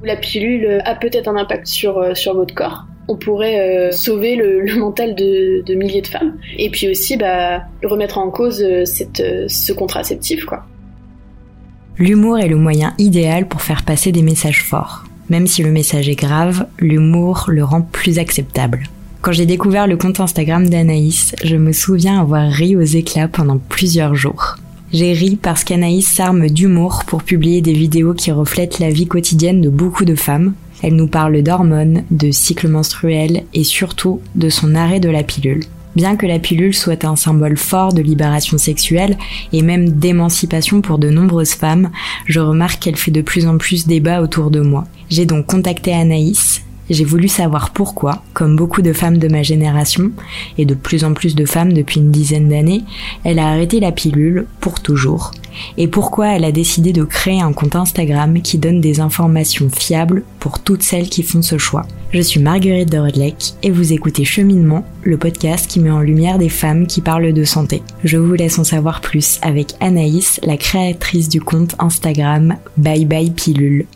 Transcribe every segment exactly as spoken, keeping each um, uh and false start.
La pilule a peut-être un impact sur, sur votre corps. On pourrait euh, sauver le, le mental de, de milliers de femmes. Et puis aussi, bah, remettre en cause cette, ce contraceptif, quoi. L'humour est le moyen idéal pour faire passer des messages forts. Même si le message est grave, l'humour le rend plus acceptable. Quand j'ai découvert le compte Instagram d'Anaïs, je me souviens avoir ri aux éclats pendant plusieurs jours. J'ai ri parce qu'Anaïs s'arme d'humour pour publier des vidéos qui reflètent la vie quotidienne de beaucoup de femmes. Elle nous parle d'hormones, de cycles menstruels et surtout de son arrêt de la pilule. Bien que la pilule soit un symbole fort de libération sexuelle et même d'émancipation pour de nombreuses femmes, je remarque qu'elle fait de plus en plus débat autour de moi. J'ai donc contacté Anaïs. J'ai voulu savoir pourquoi, comme beaucoup de femmes de ma génération, et de plus en plus de femmes depuis une dizaine d'années, elle a arrêté la pilule pour toujours, et pourquoi elle a décidé de créer un compte Instagram qui donne des informations fiables pour toutes celles qui font ce choix. Je suis Marguerite de Rodelec et vous écoutez Cheminement, le podcast qui met en lumière des femmes qui parlent de santé. Je vous laisse en savoir plus avec Anaïs, la créatrice du compte Instagram Bye Bye Pilule.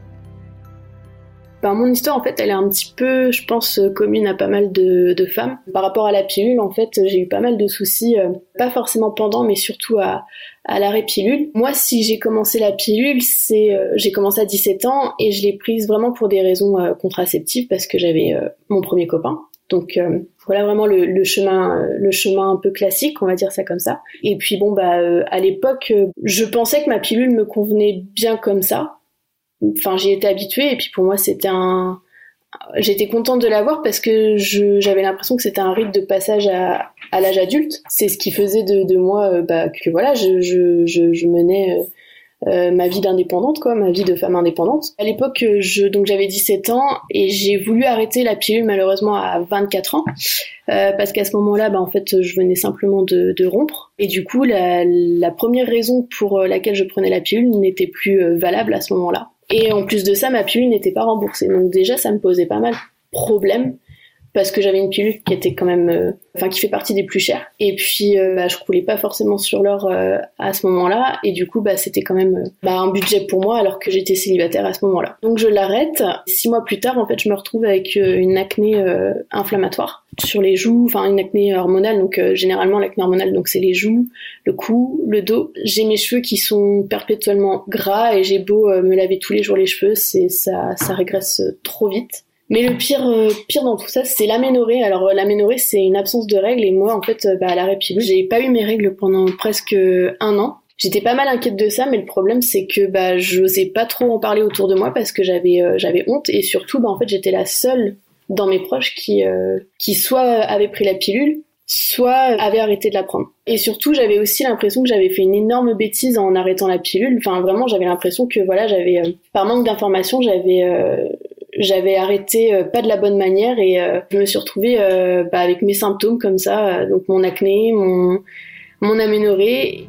Ben, mon histoire, en fait, elle est un petit peu, je pense, commune à pas mal de, de femmes. Par rapport à la pilule, en fait, j'ai eu pas mal de soucis, euh, pas forcément pendant, mais surtout à, à l'arrêt pilule. Moi, si j'ai commencé la pilule, c'est, euh, j'ai commencé à dix-sept ans et je l'ai prise vraiment pour des raisons euh, contraceptives parce que j'avais euh, mon premier copain. Donc euh, voilà vraiment le, le chemin, euh, le chemin un peu classique, on va dire ça comme ça. Et puis bon, bah euh, à l'époque, euh, je pensais que ma pilule me convenait bien comme ça. Enfin, j'y étais habituée et puis pour moi c'était un, j'étais contente de l'avoir parce que je, j'avais l'impression que c'était un rite de passage à, à l'âge adulte. C'est ce qui faisait de, de moi, euh, bah que voilà, je, je, je, je menais euh, euh, ma vie d'indépendante, quoi, ma vie de femme indépendante. À l'époque, je, donc j'avais dix-sept ans et j'ai voulu arrêter la pilule malheureusement à vingt-quatre ans euh, parce qu'à ce moment-là, bah en fait, je venais simplement de, de rompre et du coup, la, la première raison pour laquelle je prenais la pilule n'était plus euh, valable à ce moment-là. Et en plus de ça, ma pilule n'était pas remboursée. Donc déjà, ça me posait pas mal de problèmes parce que j'avais une pilule qui était quand même, euh, enfin qui fait partie des plus chères. Et puis, euh, bah, je roulais pas forcément sur l'or euh, à ce moment-là. Et du coup, bah, c'était quand même euh, bah, un budget pour moi alors que j'étais célibataire à ce moment-là. Donc je l'arrête. Six mois plus tard, en fait, je me retrouve avec euh, une acné euh, inflammatoire sur les joues, enfin une acné hormonale. Donc euh, généralement, l'acné hormonale, donc c'est les joues, le cou, le dos. J'ai mes cheveux qui sont perpétuellement gras et j'ai beau euh, me laver tous les jours les cheveux, c'est ça, ça régresse euh, trop vite. Mais le pire, euh, pire dans tout ça, c'est l'aménorrhée. Alors euh, l'aménorrhée, c'est une absence de règles et moi, en fait, euh, bah, à l'arrêt pilule, j'ai pas eu mes règles pendant presque un an. J'étais pas mal inquiète de ça, mais le problème, c'est que bah j'osais pas trop en parler autour de moi parce que j'avais euh, j'avais honte et surtout, bah en fait, j'étais la seule dans mes proches qui euh, qui soit avait pris la pilule, soit avait arrêté de la prendre. Et surtout, j'avais aussi l'impression que j'avais fait une énorme bêtise en arrêtant la pilule. Enfin, vraiment, j'avais l'impression que voilà, j'avais euh, par manque d'informations, j'avais euh, j'avais arrêté euh, pas de la bonne manière et euh, je me suis retrouvée euh, bah, avec mes symptômes comme ça, euh, donc mon acné, mon mon aménorrhée.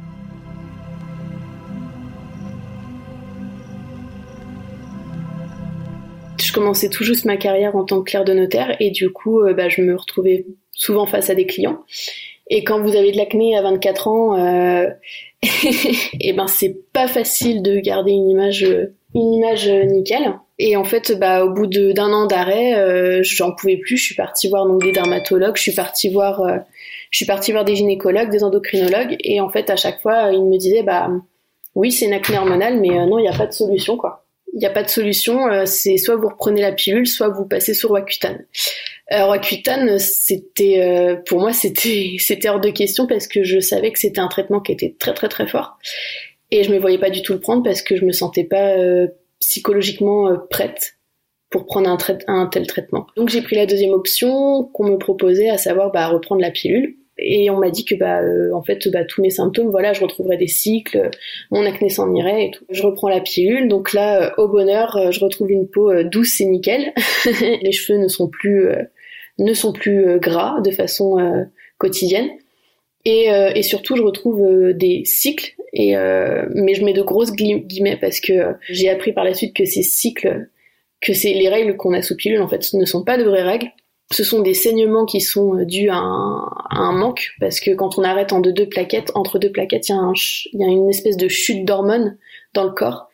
Je commençais tout juste ma carrière en tant que clerc de notaire et du coup, euh, bah, je me retrouvais souvent face à des clients. Et quand vous avez de l'acné à vingt-quatre ans, euh, et ben c'est pas facile de garder une image, une image nickel. Et en fait, bah au bout de, d'un an d'arrêt, euh, j'en pouvais plus. Je suis partie voir donc des dermatologues, je suis partie voir, euh, je suis partie voir des gynécologues, des endocrinologues. Et en fait, à chaque fois, ils me disaient bah oui, c'est une acné hormonale, mais euh, non, il y a pas de solution quoi. Il y a pas de solution. Euh, c'est soit vous reprenez la pilule, soit vous passez sur Roaccutane. Euh, Roaccutane, c'était euh, pour moi c'était c'était hors de question parce que je savais que c'était un traitement qui était très très très fort et je me voyais pas du tout le prendre parce que je me sentais pas euh, psychologiquement euh, prête pour prendre un, trai- un tel traitement. Donc j'ai pris la deuxième option qu'on me proposait, à savoir bah reprendre la pilule. Et on m'a dit que bah euh, en fait bah tous mes symptômes, voilà, je retrouverais des cycles, mon acné s'en irait et tout. Je reprends la pilule, donc là euh, au bonheur, euh, je retrouve une peau euh, douce et nickel. Les cheveux ne sont plus euh, ne sont plus euh, gras de façon euh, quotidienne. Et euh, et surtout je retrouve euh, des cycles et euh, mais je mets de grosses guillemets parce que euh, j'ai appris par la suite que ces cycles, que c'est les règles qu'on a sous pilule en fait, ce ne sont pas de vraies règles. Ce sont des saignements qui sont dus à un, à un manque, parce que quand on arrête en deux, deux plaquettes, entre deux plaquettes, il y a un, il y a une espèce de chute d'hormones dans le corps.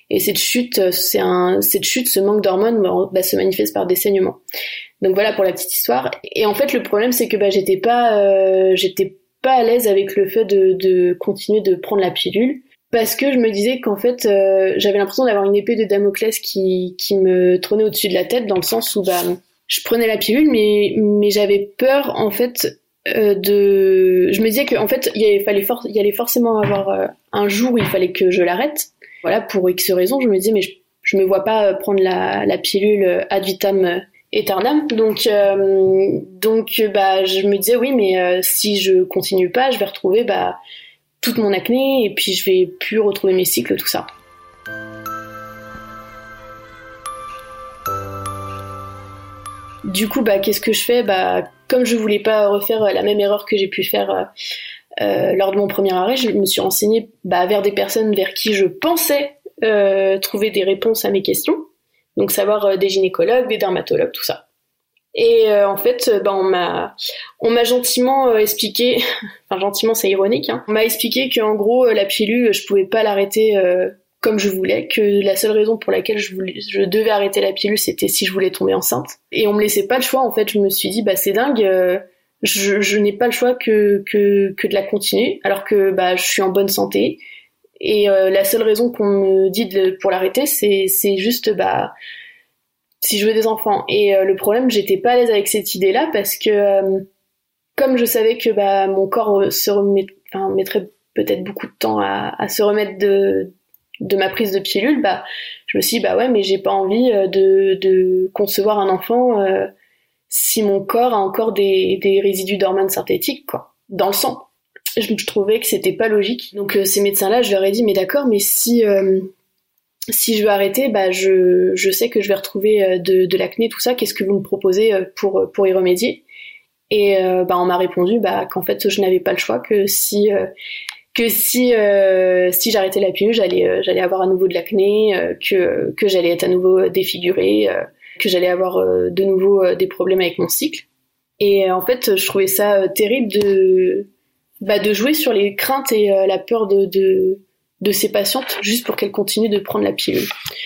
Et cette chute, c'est un, cette chute, ce manque d'hormones, bah, se manifeste par des saignements. Donc voilà pour la petite histoire. Et en fait, le problème, c'est que bah, j'étais pas, euh, j'étais pas à l'aise avec le fait de, de continuer de prendre la pilule, parce que je me disais qu'en fait, euh, j'avais l'impression d'avoir une épée de Damoclès qui, qui me trônait au-dessus de la tête, dans le sens où bah, je prenais la pilule, mais, mais j'avais peur, en fait, euh, de. Je me disais qu'en fait, il y fallait for... il y allait forcément avoir euh, un jour où il fallait que je l'arrête. Voilà, pour X raisons, je me disais, mais je, je me vois pas prendre la, la pilule ad vitam aeternam. Donc, euh, donc, bah, je me disais, oui, mais euh, si je continue pas, je vais retrouver bah, toute mon acné et puis je vais plus retrouver mes cycles, tout ça. Du coup, bah, qu'est-ce que je fais ? Bah, comme je voulais pas refaire la même erreur que j'ai pu faire euh, euh, lors de mon premier arrêt, je me suis renseignée bah, vers des personnes vers qui je pensais euh, trouver des réponses à mes questions. Donc savoir euh, des gynécologues, des dermatologues, tout ça. Et euh, en fait, bah, on m'a, on m'a gentiment euh, expliqué, enfin gentiment c'est ironique, hein, on m'a expliqué qu'en gros la pilule, je pouvais pas l'arrêter euh, comme je voulais, que la seule raison pour laquelle je voulais, je devais arrêter la pilule, c'était si je voulais tomber enceinte. Et on me laissait pas le choix. En fait, je me suis dit bah c'est dingue, euh, je, je n'ai pas le choix que que que de la continuer, alors que bah je suis en bonne santé. Et euh, la seule raison qu'on me dit de, pour l'arrêter, c'est c'est juste bah si je veux des enfants. Et euh, le problème, j'étais pas à l'aise avec cette idée-là parce que euh, comme je savais que bah mon corps se remet, enfin, mettrait peut-être beaucoup de temps à, à se remettre de de ma prise de pilule, bah je me suis dit bah ouais, mais j'ai pas envie de de concevoir un enfant euh, si mon corps a encore des des résidus d'hormones synthétiques quoi dans le sang. Je, je trouvais que c'était pas logique. Donc euh, ces médecins-là, je leur ai dit mais d'accord, mais si euh, si je veux arrêter, bah je je sais que je vais retrouver euh, de de l'acné, tout ça. Qu'est-ce que vous me proposez pour pour y remédier ? Et euh, bah on m'a répondu bah qu'en fait je n'avais pas le choix, que si euh, que si euh, si j'arrêtais la pilule, j'allais euh, j'allais avoir à nouveau de l'acné, euh, que que j'allais être à nouveau défigurée, euh, que j'allais avoir euh, de nouveau euh, des problèmes avec mon cycle. Et euh, en fait, je trouvais ça euh, terrible de bah de jouer sur les craintes et euh, la peur de de de ces patientes juste pour qu'elles continuent de prendre la pilule.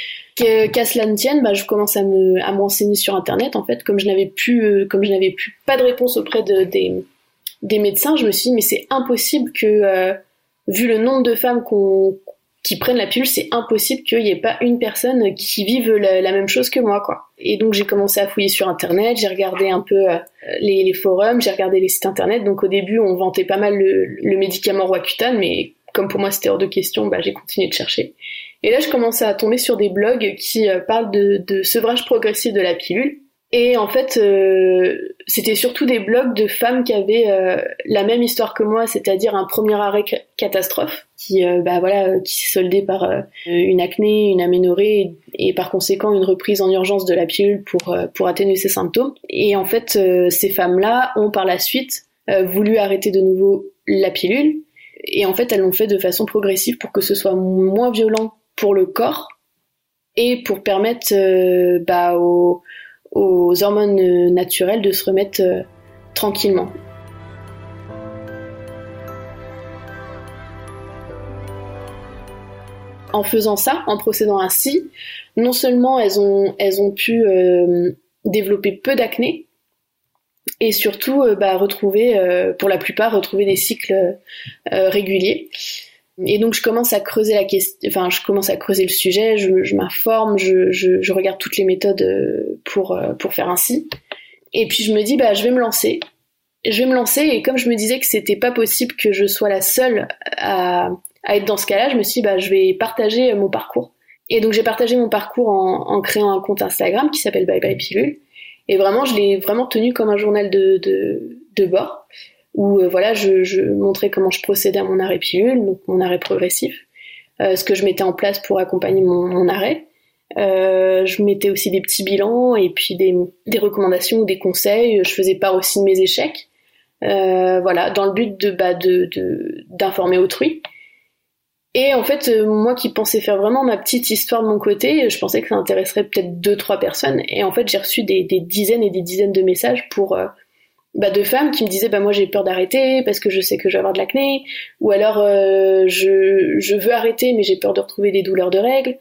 Qu'à cela ne tienne, bah je commence à me à m'enseigner sur internet. En fait, comme je n'avais plus euh, comme je n'avais plus pas de réponse auprès de des des médecins, je me suis dit mais c'est impossible que euh, vu le nombre de femmes qu'on, qui prennent la pilule, c'est impossible qu'il n'y ait pas une personne qui vive la, la même chose que moi, quoi. Et donc j'ai commencé à fouiller sur internet, j'ai regardé un peu euh, les, les forums, j'ai regardé les sites internet. Donc au début, on vantait pas mal le, le médicament Roaccutane, mais comme pour moi c'était hors de question, bah j'ai continué de chercher. Et là, je commençais à tomber sur des blogs qui euh, parlent de, de sevrage progressif de la pilule. Et en fait, euh, c'était surtout des blogs de femmes qui avaient euh, la même histoire que moi, c'est-à-dire un premier arrêt catastrophe, qui, euh, bah voilà, qui s'est soldé par euh, une acné, une aménorrhée, et, et par conséquent une reprise en urgence de la pilule pour euh, pour atténuer ses symptômes. Et en fait, euh, ces femmes-là ont par la suite euh, voulu arrêter de nouveau la pilule, et en fait, elles l'ont fait de façon progressive pour que ce soit moins violent pour le corps et pour permettre euh, bah aux aux hormones naturelles de se remettre euh, tranquillement. En faisant ça, en procédant ainsi, non seulement elles ont, elles ont pu euh, développer peu d'acné, et surtout euh, bah, retrouver, euh, pour la plupart, retrouver des cycles euh, réguliers. Et donc je commence à creuser la question, enfin je commence à creuser le sujet, je, je m'informe, je, je, je regarde toutes les méthodes pour pour faire ainsi. Et puis je me dis bah je vais me lancer, je vais me lancer. Et comme je me disais que c'était pas possible que je sois la seule à à être dans ce cas-là, je me suis dit bah je vais partager mon parcours. Et donc j'ai partagé mon parcours en, en créant un compte Instagram qui s'appelle Bye Bye Pilule. Et vraiment je l'ai vraiment tenu comme un journal de de de bord, où euh, voilà, je, je montrais comment je procédais à mon arrêt pilule, donc mon arrêt progressif, euh, ce que je mettais en place pour accompagner mon, mon arrêt. Euh, je mettais aussi des petits bilans et puis des, des recommandations ou des conseils. Je faisais part aussi de mes échecs, euh, voilà, dans le but de, bah, de, de d'informer autrui. Et en fait, euh, moi qui pensais faire vraiment ma petite histoire de mon côté, je pensais que ça intéresserait peut-être deux, trois personnes. Et en fait, j'ai reçu des, des dizaines et des dizaines de messages pour euh, bah de femmes qui me disaient bah moi j'ai peur d'arrêter parce que je sais que je vais avoir de l'acné, ou alors euh, je je veux arrêter mais j'ai peur de retrouver des douleurs de règles,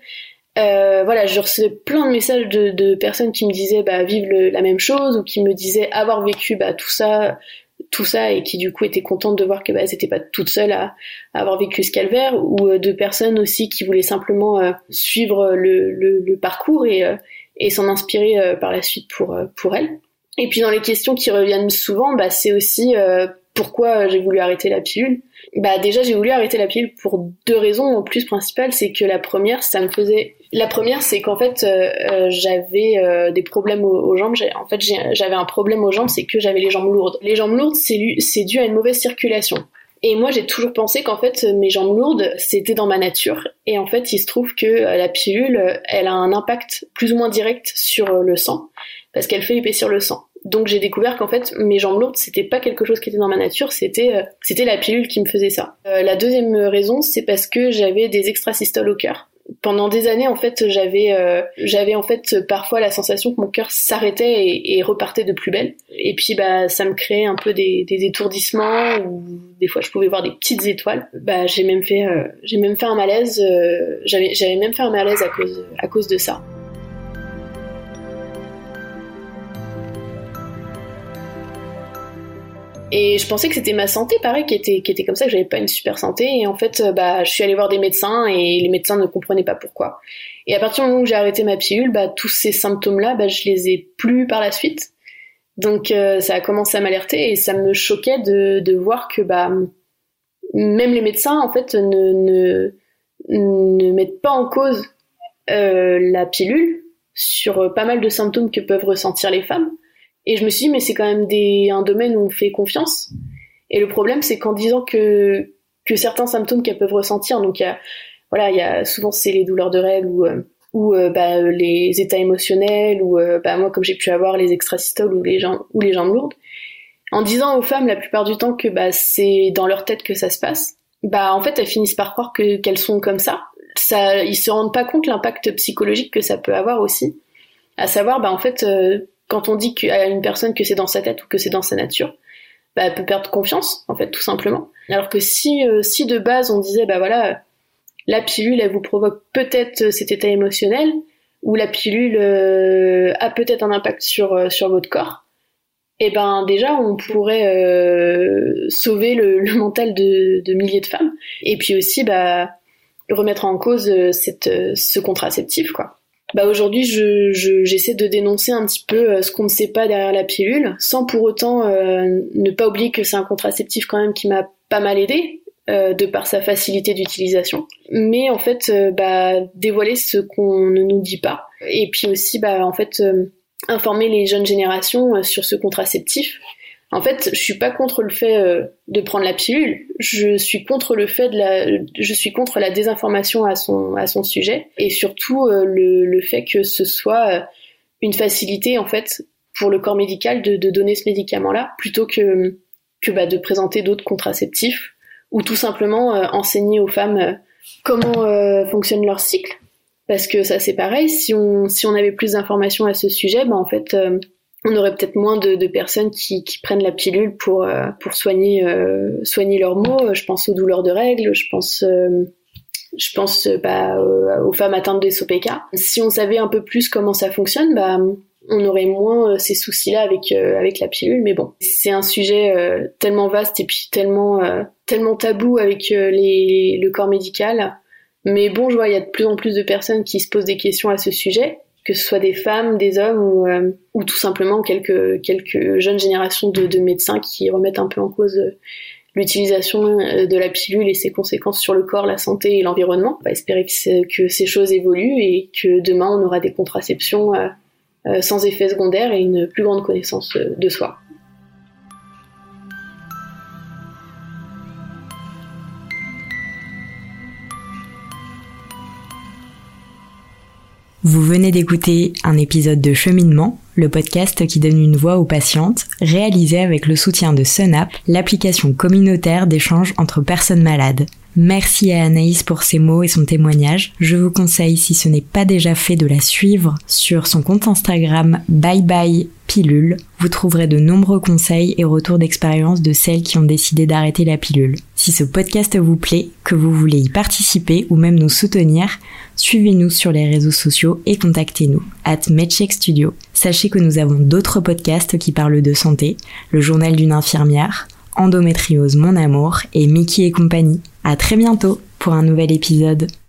Euh, voilà, je recevais plein de messages de, de personnes qui me disaient bah vivre le, la même chose, ou qui me disaient avoir vécu bah tout ça, tout ça, et qui du coup étaient contentes de voir que bah elles étaient pas toutes seules à, à avoir vécu ce calvaire, ou euh, de personnes aussi qui voulaient simplement euh, suivre le, le, le parcours et euh, et s'en inspirer euh, par la suite pour euh, pour elles. Et puis dans les questions qui reviennent souvent, bah c'est aussi euh, pourquoi j'ai voulu arrêter la pilule. Bah déjà j'ai voulu arrêter la pilule pour deux raisons en plus principales. C'est que la première, ça me faisait la première c'est qu'en fait euh, j'avais euh, des problèmes aux, aux jambes. J'ai, en fait j'ai, j'avais un problème aux jambes, c'est que j'avais les jambes lourdes. Les jambes lourdes, c'est, c'est dû à une mauvaise circulation. Et moi j'ai toujours pensé qu'en fait mes jambes lourdes c'était dans ma nature, et en fait il se trouve que la pilule elle a un impact plus ou moins direct sur le sang parce qu'elle fait épaissir le sang. Donc j'ai découvert qu'en fait mes jambes lourdes c'était pas quelque chose qui était dans ma nature, c'était euh, c'était la pilule qui me faisait ça. Euh, la deuxième raison c'est parce que j'avais des extrasystoles au cœur. Pendant des années en fait j'avais euh, j'avais en fait parfois la sensation que mon cœur s'arrêtait et, et repartait de plus belle. Et puis bah ça me créait un peu des, des étourdissements, ou des fois je pouvais voir des petites étoiles. Bah j'ai même fait euh, j'ai même fait un malaise. Euh, j'avais j'avais même fait un malaise à cause à cause de ça. Et je pensais que c'était ma santé, pareil, qui était, qui était comme ça, que j'avais pas une super santé. Et en fait, bah, je suis allée voir des médecins et les médecins ne comprenaient pas pourquoi. Et à partir du moment où j'ai arrêté ma pilule, bah, tous ces symptômes-là, bah, je les ai plus par la suite. Donc, euh, ça a commencé à m'alerter et ça me choquait de, de voir que, bah, même les médecins, en fait, ne, ne, ne mettent pas en cause, euh, la pilule sur pas mal de symptômes que peuvent ressentir les femmes. Et je me suis dit, mais c'est quand même des, un domaine où on fait confiance. Et le problème, c'est qu'en disant que, que certains symptômes qu'elles peuvent ressentir, donc il y a, voilà, il y a, souvent c'est les douleurs de règles ou, euh, ou, euh, bah, les états émotionnels, ou, euh, bah, moi, comme j'ai pu avoir les extrasystoles ou les jambes, ou les jambes lourdes. En disant aux femmes, la plupart du temps, que, bah, c'est dans leur tête que ça se passe, bah, en fait, elles finissent par croire que, qu'elles sont comme ça. Ça, ils se rendent pas compte l'impact psychologique que ça peut avoir aussi. À savoir, bah, en fait, euh, quand on dit à une personne que c'est dans sa tête ou que c'est dans sa nature, bah, elle peut perdre confiance, en fait, tout simplement. Alors que si, euh, si de base on disait, bah voilà, la pilule, elle vous provoque peut-être cet état émotionnel, ou la pilule euh, a peut-être un impact sur, euh, sur votre corps, et ben déjà on pourrait euh, sauver le, le mental de, de milliers de femmes, et puis aussi bah, remettre en cause euh, cette, euh, ce contraceptif, quoi. Bah aujourd'hui, je, je, j'essaie de dénoncer un petit peu euh, ce qu'on ne sait pas derrière la pilule, sans pour autant euh, ne pas oublier que c'est un contraceptif quand même qui m'a pas mal aidée, euh, de par sa facilité d'utilisation. Mais en fait, euh, bah dévoiler ce qu'on ne nous dit pas, et puis aussi, bah en fait, euh, informer les jeunes générations euh, sur ce contraceptif. En fait, je suis pas contre le fait euh, de prendre la pilule. Je suis contre le fait de la, je suis contre la désinformation à son à son sujet, et surtout euh, le le fait que ce soit euh, une facilité en fait pour le corps médical de de donner ce médicament-là plutôt que que bah de présenter d'autres contraceptifs, ou tout simplement euh, enseigner aux femmes euh, comment euh, fonctionne leur cycle, parce que ça c'est pareil. Si on si on avait plus d'informations à ce sujet, bah en fait euh, on aurait peut-être moins de, de personnes qui, qui prennent la pilule pour euh, pour soigner euh, soigner leurs maux. Je pense aux douleurs de règles, je pense euh, je pense bah, aux femmes atteintes de S O P K. Si on savait un peu plus comment ça fonctionne, bah on aurait moins ces soucis-là avec euh, avec la pilule. Mais bon, c'est un sujet euh, tellement vaste et puis tellement euh, tellement tabou avec euh, les le corps médical. Mais bon, je vois, il y a de plus en plus de personnes qui se posent des questions à ce sujet, que ce soit des femmes, des hommes, ou, euh, ou tout simplement quelques, quelques jeunes générations de, de médecins qui remettent un peu en cause euh, l'utilisation de la pilule et ses conséquences sur le corps, la santé et l'environnement. On va espérer que, que ces choses évoluent et que demain on aura des contraceptions euh, euh, sans effets secondaires et une plus grande connaissance de soi. Vous venez d'écouter un épisode de Cheminement, le podcast qui donne une voix aux patientes, réalisé avec le soutien de Sunap, l'application communautaire d'échange entre personnes malades. Merci à Anaïs pour ses mots et son témoignage. Je vous conseille, si ce n'est pas déjà fait, de la suivre sur son compte Instagram Bye Bye Pilule. Vous trouverez de nombreux conseils et retours d'expérience de celles qui ont décidé d'arrêter la pilule. Si ce podcast vous plaît, que vous voulez y participer ou même nous soutenir, suivez-nous sur les réseaux sociaux et contactez-nous at medcheck studio. Sachez que nous avons d'autres podcasts qui parlent de santé, le journal d'une infirmière, Endométriose mon amour et Mickey et compagnie. À très bientôt pour un nouvel épisode.